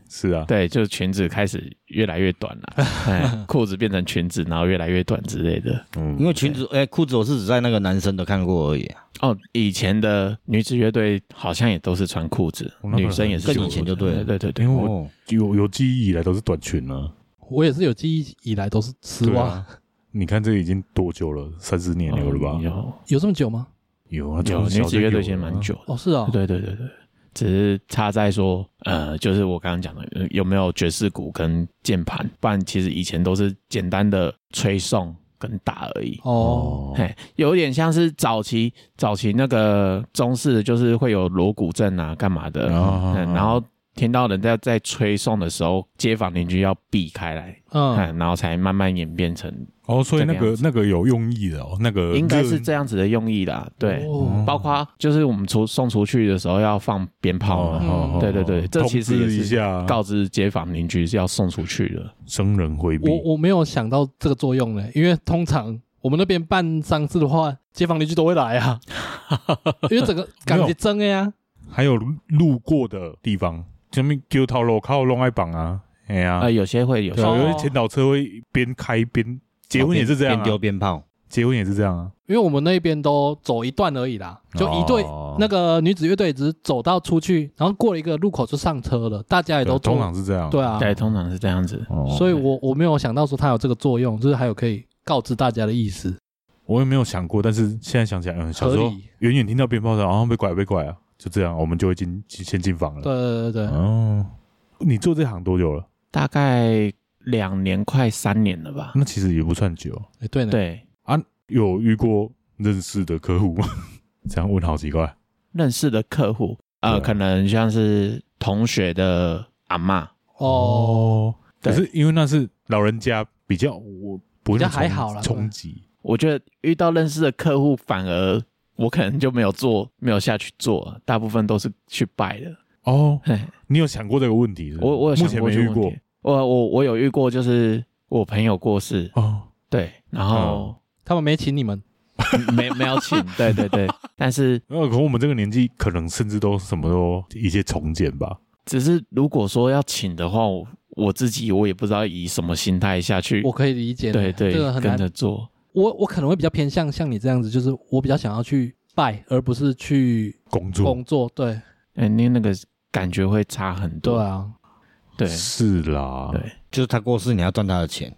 是啊， 对，就裙子开始越来越短了，裤子变成裙子，然后越来越短之类的。 嗯，因为裙子，哎，裤子我是只在那个男生的看过而已啊。 哦，以前的女子乐队好像也都是穿裤子，哦、女生也是更以前就对了， 对对对， 因为我有有记忆以来都是短裙啊。 我也是有记忆以来都是丝袜、啊。 你看这已经多久了？三十年有了吧？ 哦、有有这么久吗？ 有啊， 有女子乐队其实蛮久的。 哦，是啊、哦， 对对对对。只是差在说，呃，就是我刚刚讲的，有没有爵士鼓跟键盘，不然其实以前都是简单的吹送跟打而已。 哦， 嘿，有点像是早期早期那个中式，就是会有锣鼓阵啊，干嘛的， 哦嗯、然后听到人家在吹送的时候，街坊邻居要避开来，嗯，然后才慢慢演变成。 哦，所以那个那个有用意的哦，那个应该是这样子的用意啦，对，哦、包括就是我们出送出去的时候要放鞭炮嘛，哦、对对对，这其实也是告知街坊邻居是要送出去的， 生人回避。 我我没有想到这个作用呢，因为通常我们那边办丧事的话，街坊邻居都会来啊，因为整个感觉真的呀。 还有路过的地方，什么桥头路口拢爱绑啊，哎呀、啊呃，有些会有些， 有些前导车会边开边。结婚也是这样、啊， 边丢鞭炮。 结婚也是这样啊， 因为我们那边都走一段而已啦，就一队、哦、那个女子乐队只是走到出去，然后过了一个路口就上车了，大家也都通常是这样， 对啊， 对，通常是这样子。 哦、所以我我没有想到说它有这个作用，就是还有可以告知大家的意思。 我也没有想过，但是现在想起来，嗯，小时候远远听到鞭炮声，然后被拐被拐啊，就这样，我们就会进先进房了。 对对对对。 哦，你做这行多久了？ 大概两年快三年了吧。 那其实也不算久。 哎，对呢。 对啊，有遇过认识的客户吗？这样问好奇怪。 认识的客户，呃，啊、可能像是同学的阿嬷。 哦。 可是因为那是老人家，比较我不会比较还好啦冲击。 我觉得遇到认识的客户，反而我可能就没有做，没有下去做，大部分都是去拜的。 哦，你有想过这个问题是不是？ 我我有想过目前没遇过。 我我我有遇过，就是我朋友过世哦，对，然后、 嗯、他们没请你们， 没没有请，对对对，但是呃，可我们这个年纪，可能甚至都什么都一些重建吧。 只是如果说要请的话，我我自己我也不知道以什么心态下去。 我可以理解， 对对， 这个很难跟着做。 我我可能会比较偏向像你这样子，就是我比较想要去拜，而不是去工作工作。对， 哎、欸，那那个感觉会差很多。 对啊， 对， 是啦， 对， 就是他过世，你要赚他的钱。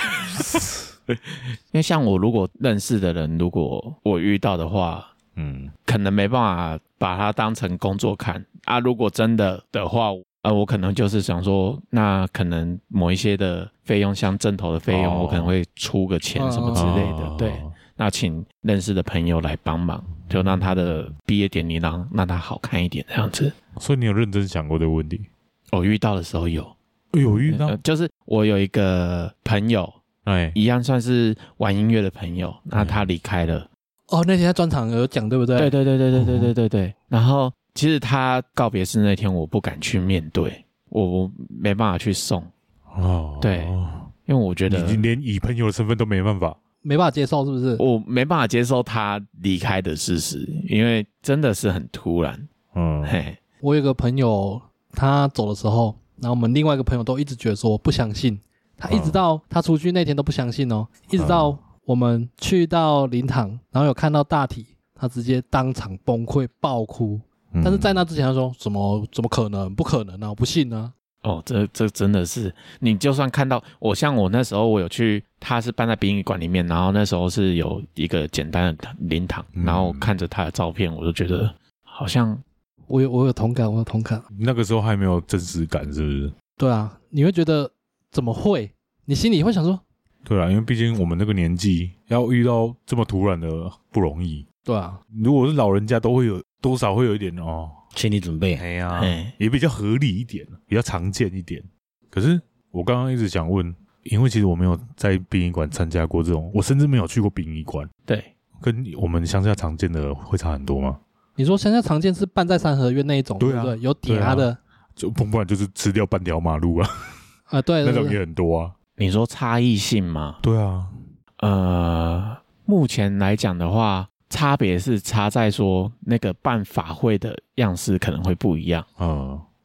因为像我如果认识的人，如果我遇到的话，嗯，可能没办法把它当成工作看啊。如果真的的话，呃，我可能就是想说，那可能某一些的费用，像正头的费用，哦、我可能会出个钱什么之类的。哦、对，那请认识的朋友来帮忙，就让他的毕业典礼让让他好看一点这样子。 所以你有认真想过这个问题？ 我遇到的时候有， 有遇到、 呃，就是我有一个朋友。 哎， 一样算是玩音乐的朋友，那他离开了。 哦，那天在专场有讲，对不对？ 对对对对对对对对对。哦、然后其实他告别式那天，我不敢去面对，我我没办法去送。哦，对，因为我觉得你连以朋友的身份都没办法， 没办法接受，是不是？ 我没办法接受他离开的事实，因为真的是很突然。嗯，嘿， 我有个朋友，他走的时候，然后我们另外一个朋友都一直觉得说不相信。他一直到他出去那天都不相信哦，一直到我们去到灵堂，然后有看到大体，他直接当场崩溃爆哭。嗯、但是在那之前他说怎么怎么可能，不可能啊，我不信啊。 哦，这这真的是，你就算看到我，像我那时候我有去，他是办在殡仪馆里面，然后那时候是有一个简单的灵堂，嗯、然后看着他的照片，我就觉得好像我有我有同感，我有同感。 那个时候还没有真实感，是不是？ 对啊，你会觉得。怎么会？你心里会想说， 对啊，因为毕竟我们那个年纪要遇到这么突然的不容易。 对啊， 如果是老人家，都会有多少会有一点哦， 心理准备。 哎呀，也比较合理一点，比较常见一点。可是我刚刚一直想问，因为其实我没有在殡仪馆参加过这种，我甚至没有去过殡仪馆。 对， 跟我们乡下常见的会差很多吗？ 你说乡下常见是办在三合院那一种，对啊，对不对？有嗲的， 就不然就是吃掉半条马路啊。 啊，对， 那种也很多啊。 你说差异性吗？ 对啊， 呃，目前来讲的话，差别是差在说那个办法会的样式可能会不一样。嗯，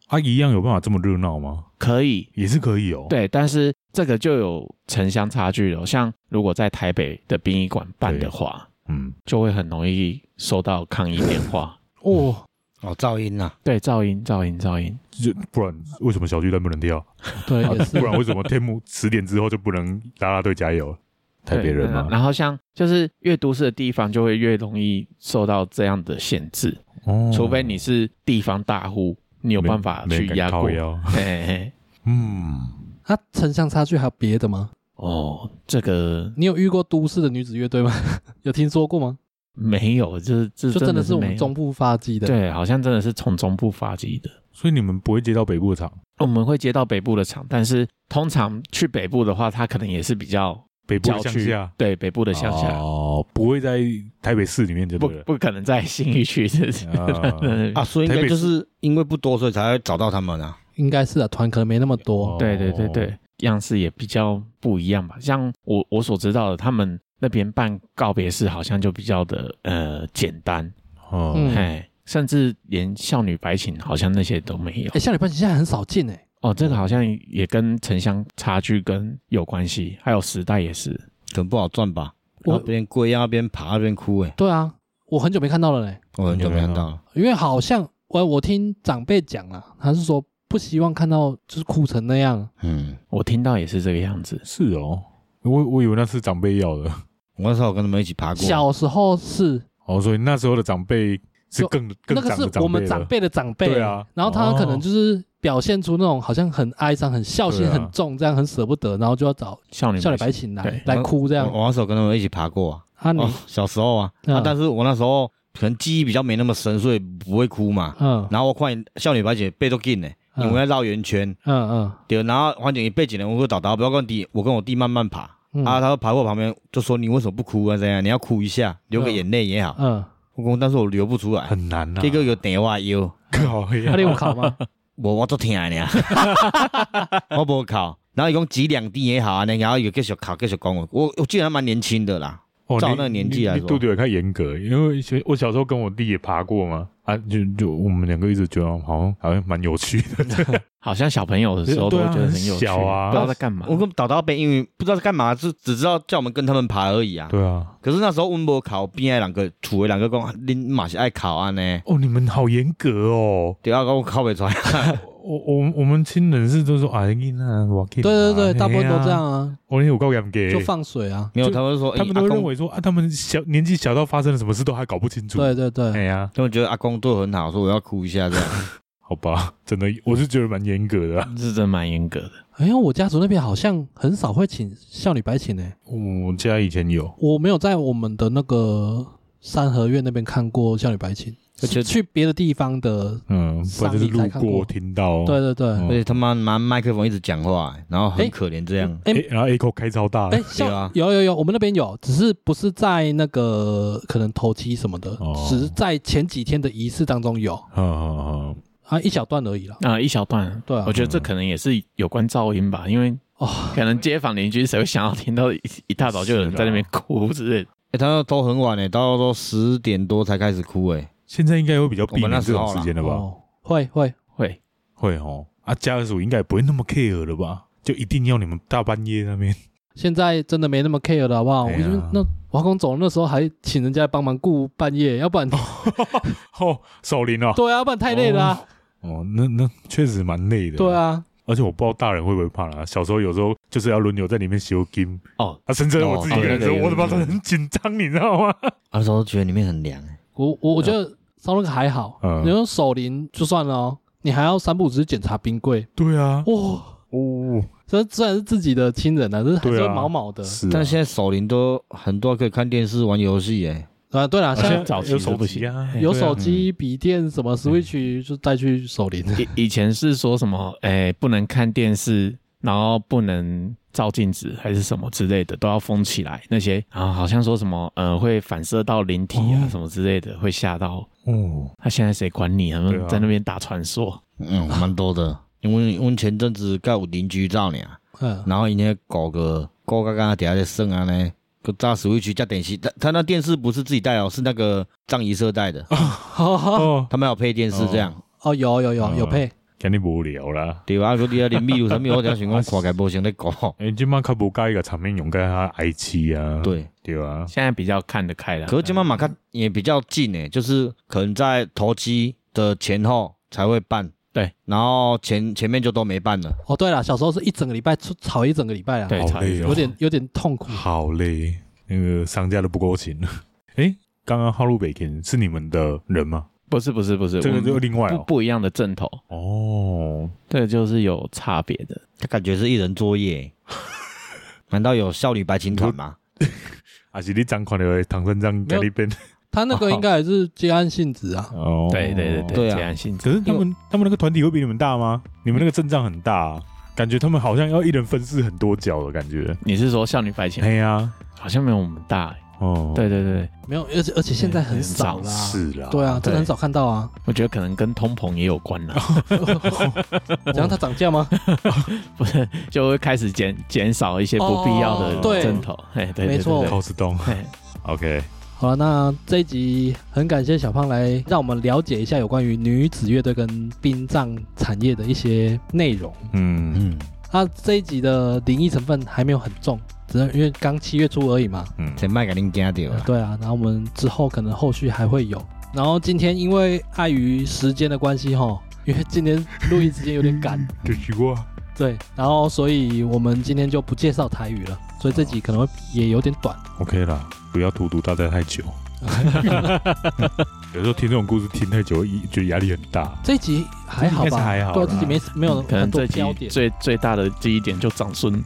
啊，一样有办法这么热闹吗？ 可以， 也是可以哦。 对，但是这个就有城乡差距了。像如果在台北的殡仪馆办的话，嗯，就会很容易收到抗议电话。 哦哦，噪音啊， 对，噪音，噪音，噪音。 就不然为什么小巨蛋不能跳？ 对，也是。 不然为什么天幕十点之后就不能啦啦队加油？台北人嘛。 然后像就是越都市的地方，就会越容易受到这样的限制。哦，除非你是地方大户，你有办法去压过。嘿嘿， 嗯，那城乡差距还有别的吗？ 哦，这个你有遇过都市的女子乐队吗？有听说过吗？ 没有，就是这就真的是我们中部发迹的。 对，好像真的是从中部发迹的。 所以你们不会接到北部的场？ 我们会接到北部的场，但是通常去北部的话，它可能也是比较北部的乡下， 对，北部的乡下哦，不会在台北市里面就对了， 不不可能在信义区啊, 啊，所以应该就是因为不多，所以才会找到他们啊。 应该是啊，团可能没那么多。 哦、对对对对，样式也比较不一样吧。像我我所知道的，他们那边办告别式好像就比较的呃简单哦，哎、嗯，甚至连少女白琴好像那些都没有。 哎，少女白琴现在很少见哎。 哦，这个好像也跟城乡差距跟有关系，还有时代也是， 可能不好赚吧。那边跪，那边爬，那边哭哎。 对啊，我很久没看到了嘞。 我很久没看到了， 因为好像我我听长辈讲啦，他是说不希望看到就是哭成那样。 嗯，我听到也是这个样子。 是哦，我我以为那是长辈要的。 我那时候跟他们一起爬过。 小时候是哦，所以那时候的长辈是更更长的长辈了。 那个是我们长辈的长辈。 对啊， 然后他可能就是表现出那种好像很哀伤、很孝心很重，这样很舍不得，然后就要找少女少女白琴来来哭这样。 我那时候跟他们一起爬过啊。 啊，你、 哦、小时候啊，嗯、啊，但是我那时候可能记忆比较没那么深，所以不会哭嘛。嗯。然后我看少女白琴背都紧呢，因为要绕圆圈。嗯嗯。对，然后反正一背紧了，我会倒倒，不要跟弟，我跟我弟慢慢爬。嗯、啊，他爬过旁边就说：“你为什么不哭啊？怎样？你要哭一下，流个眼泪也好。”嗯。我讲，但是我流不出来， 很难啊。 这个有电话有， 考呀？ 啊，你有考吗？ 我我做听的呢，我无考。然后伊讲几两滴也好啊，然后又继续考，继续讲我。我我记得还蛮年轻的啦，哦、照那个年纪来说， 你度对太严格，因为我小时候跟我弟也爬过嘛，啊，就就我们两个一直觉得好像好像蛮有趣的。 好像小朋友的时候都觉得很有趣， 啊、 不知道在干嘛。 我跟导导边因为不知道在干嘛，就只知道叫我们跟他们爬而已啊。 对啊。 可是那时候我们无考，边的两个厝的两个讲，恁嘛是爱考安呢。 哦，你们好严格哦。 对啊，我考不出来。 我我我们亲人是都说啊，你那我对对对，大部分都这样啊。 我有够严格， 就放水啊。 没有，他们说他们都认为说啊，他们小年纪小到发生了什么事都还搞不清楚。 对对对， 哎呀， 他们觉得阿公对我很好，说我要哭一下这样。 好吧，真的，我是觉得蛮严格的、啊， 是真蛮严格的。 哎呀，我家族那边好像很少会请少女白琴诶、欸。 我家以前有， 我没有在我们的那个三合院那边看过少女白琴，而且去别的地方的， 嗯，不然就是路过听到。 对对对， 而且他妈拿麦克风一直讲话、欸，然后很可怜这样。 哎、欸欸，然后 echo 开超大。 哎、欸，啊，有有有，我们那边有，只是不是在那个可能头七什么的，哦、只是在前几天的仪式当中有。嗯嗯嗯。啊，一小段而已啦。 啊，一小段。对啊，我觉得这可能也是有关噪音吧，因为哦，可能街坊邻居谁会想要听到 一, 一大早就有人在那边哭之类的。 哎、欸，他都很晚哎、欸，到都十点多才开始哭哎、欸。 现在应该会比较避免这种时间了吧？ 哦、会会会会哦。啊，家属应该也不会那么 care 了吧？就一定要你们大半夜那边。 现在真的没那么 care 了，好不好？哎、我觉得那我阿公走那时候还请人家帮忙顾半夜，要不然哦，守灵哦。 对啊，要不然太累了、啊。 哦哦，那那确实蛮累的。 对啊， 而且我不知道大人会不会怕啦。小时候有时候就是要轮流在里面修金哦， 啊，甚至我自己一个人的时候，我他妈很紧张，你知道吗？ 那时候觉得里面很凉、欸。 我我我觉得烧那个还好，嗯、你用手淋就算了哦，你还要三不五时检查冰柜。 对啊， 哇哦，这虽然是自己的亲人啊，但是还是毛毛的。 是、啊， 但现在手淋都很多可以看电视、玩游戏哎。 啊，对啦，现在早期有手机啊， 有手机、笔电什么 Switch 就带去手淋。 以以前是说什么，哎，不能看电视，然后不能照镜子，还是什么之类的，都要封起来。那些啊，好像说什么，呃，会反射到灵体啊，什么之类的，会吓到。哦，他现在谁管你？他们在那边打传说。 嗯，蛮多的，因为因为前阵子刚有邻居照呢，嗯，然后因为狗个狗刚刚底下在生啊呢。个炸Switch加电视，他他那电视不是自己带哦，是那个葬仪社带的。哦，他们有配电视这样。 哦，有有有有配。 肯定无聊啦。 对啊，如果你啊啉米露啥物，我只想讲看起来无像咧讲。 诶，即摆较无介意个场面用个他哀戚啊。 对对啊， 现在比较看得开了。 可是今晚马卡也比较近诶，就是可能在头七的前后才会办。 对， 然后前前面就都没办了。 哦，对了，小时候是一整个礼拜吵一整个礼拜啊， 对， 好累哦， 有点有点痛苦， 好累，那个商家都不够勤了。哎，刚刚浩路北田是你们的人吗？ 不是不是不是， 这个就另外、哦、 不不一样的阵头哦， 这个就是有差别的。 他感觉是一人作业，难道有少女白情团吗？ 还是你掌管的唐三藏在那边？ 他那个应该也是接案性质啊。 哦， 对对对对， 接案性质。 可是他们他们那个团体会比你们大吗？你们那个阵仗很大、啊，感觉他们好像要一人分饰很多角的感觉。 你是说少女白情？ 哎呀， 好像没有我们大、欸。哦，对对对， 没有，而且而且现在很少啦， 是啦， 对啊，真的很少看到啊。 我觉得可能跟通膨也有关啦。 怎样？它涨价吗？ 不是，就会开始减减少一些不必要的针头。哎，对， 没错， 考斯东。OK， 好了，那这一集很感谢小胖来让我们了解一下有关于女子乐队跟殡葬产业的一些内容。嗯嗯，那这一集的灵异成分还没有很重。只是因为刚七月初而已嘛， 嗯，才卖给您惊到了。 对啊，然后我们之后可能后续还会有。然后今天因为碍于时间的关系哈，因为今天录音时间有点赶， 就奇怪。对， 然后所以我们今天就不介绍台语了，所以这集可能会也有点短。 OK 啦，不要荼毒大家太久。有时候听这种故事听太久，觉得压力很大。 这一集还好吧？ 还好， 对，这集没没有可能这集最最大的记忆点就长孙。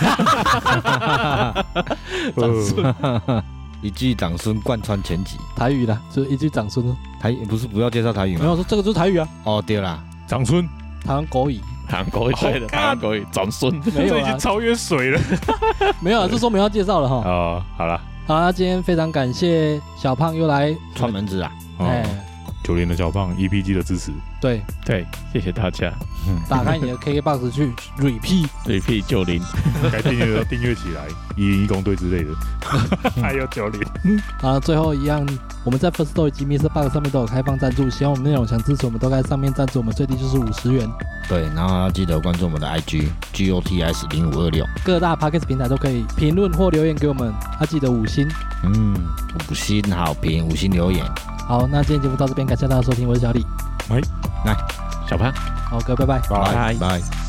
长孙， 一句长孙贯穿全集。 台语啦，就一句长孙。 台不是不要介绍台语吗？ 没有说这个就是台语啊。 哦，对啦， 长孙， 台湾国语， 台湾国语对的，台湾国语长孙， 没有已经超越水了。 没有啊，这说没有要介绍了哈。 哦，好了。 好，那今天非常感谢小胖又来串门子啊！ 哎、 哦，九连的小胖 E P G 的支持， 对对，谢谢大家。 打开你的 K K B O X 去 repeat repeat 九零， 该订阅的订阅起来，一零一公队之类的，还有九零。 啊，最后一样，我们在 First Story 及 Mister Bug 上面都有开放赞助，希望我们内容想支持我们都在上面赞助，我们最低就是五十元。 对，然后要记得关注我们的 I G G O T S 零五二六， 各大 Podcast 平台都可以评论或留言给我们，啊，记得五星。 嗯，五星好评，五星留言。 好，那今天节目到这边，感谢大家收听，我是小李， 喂， 来， 小胖， 好，各位拜拜， 拜拜。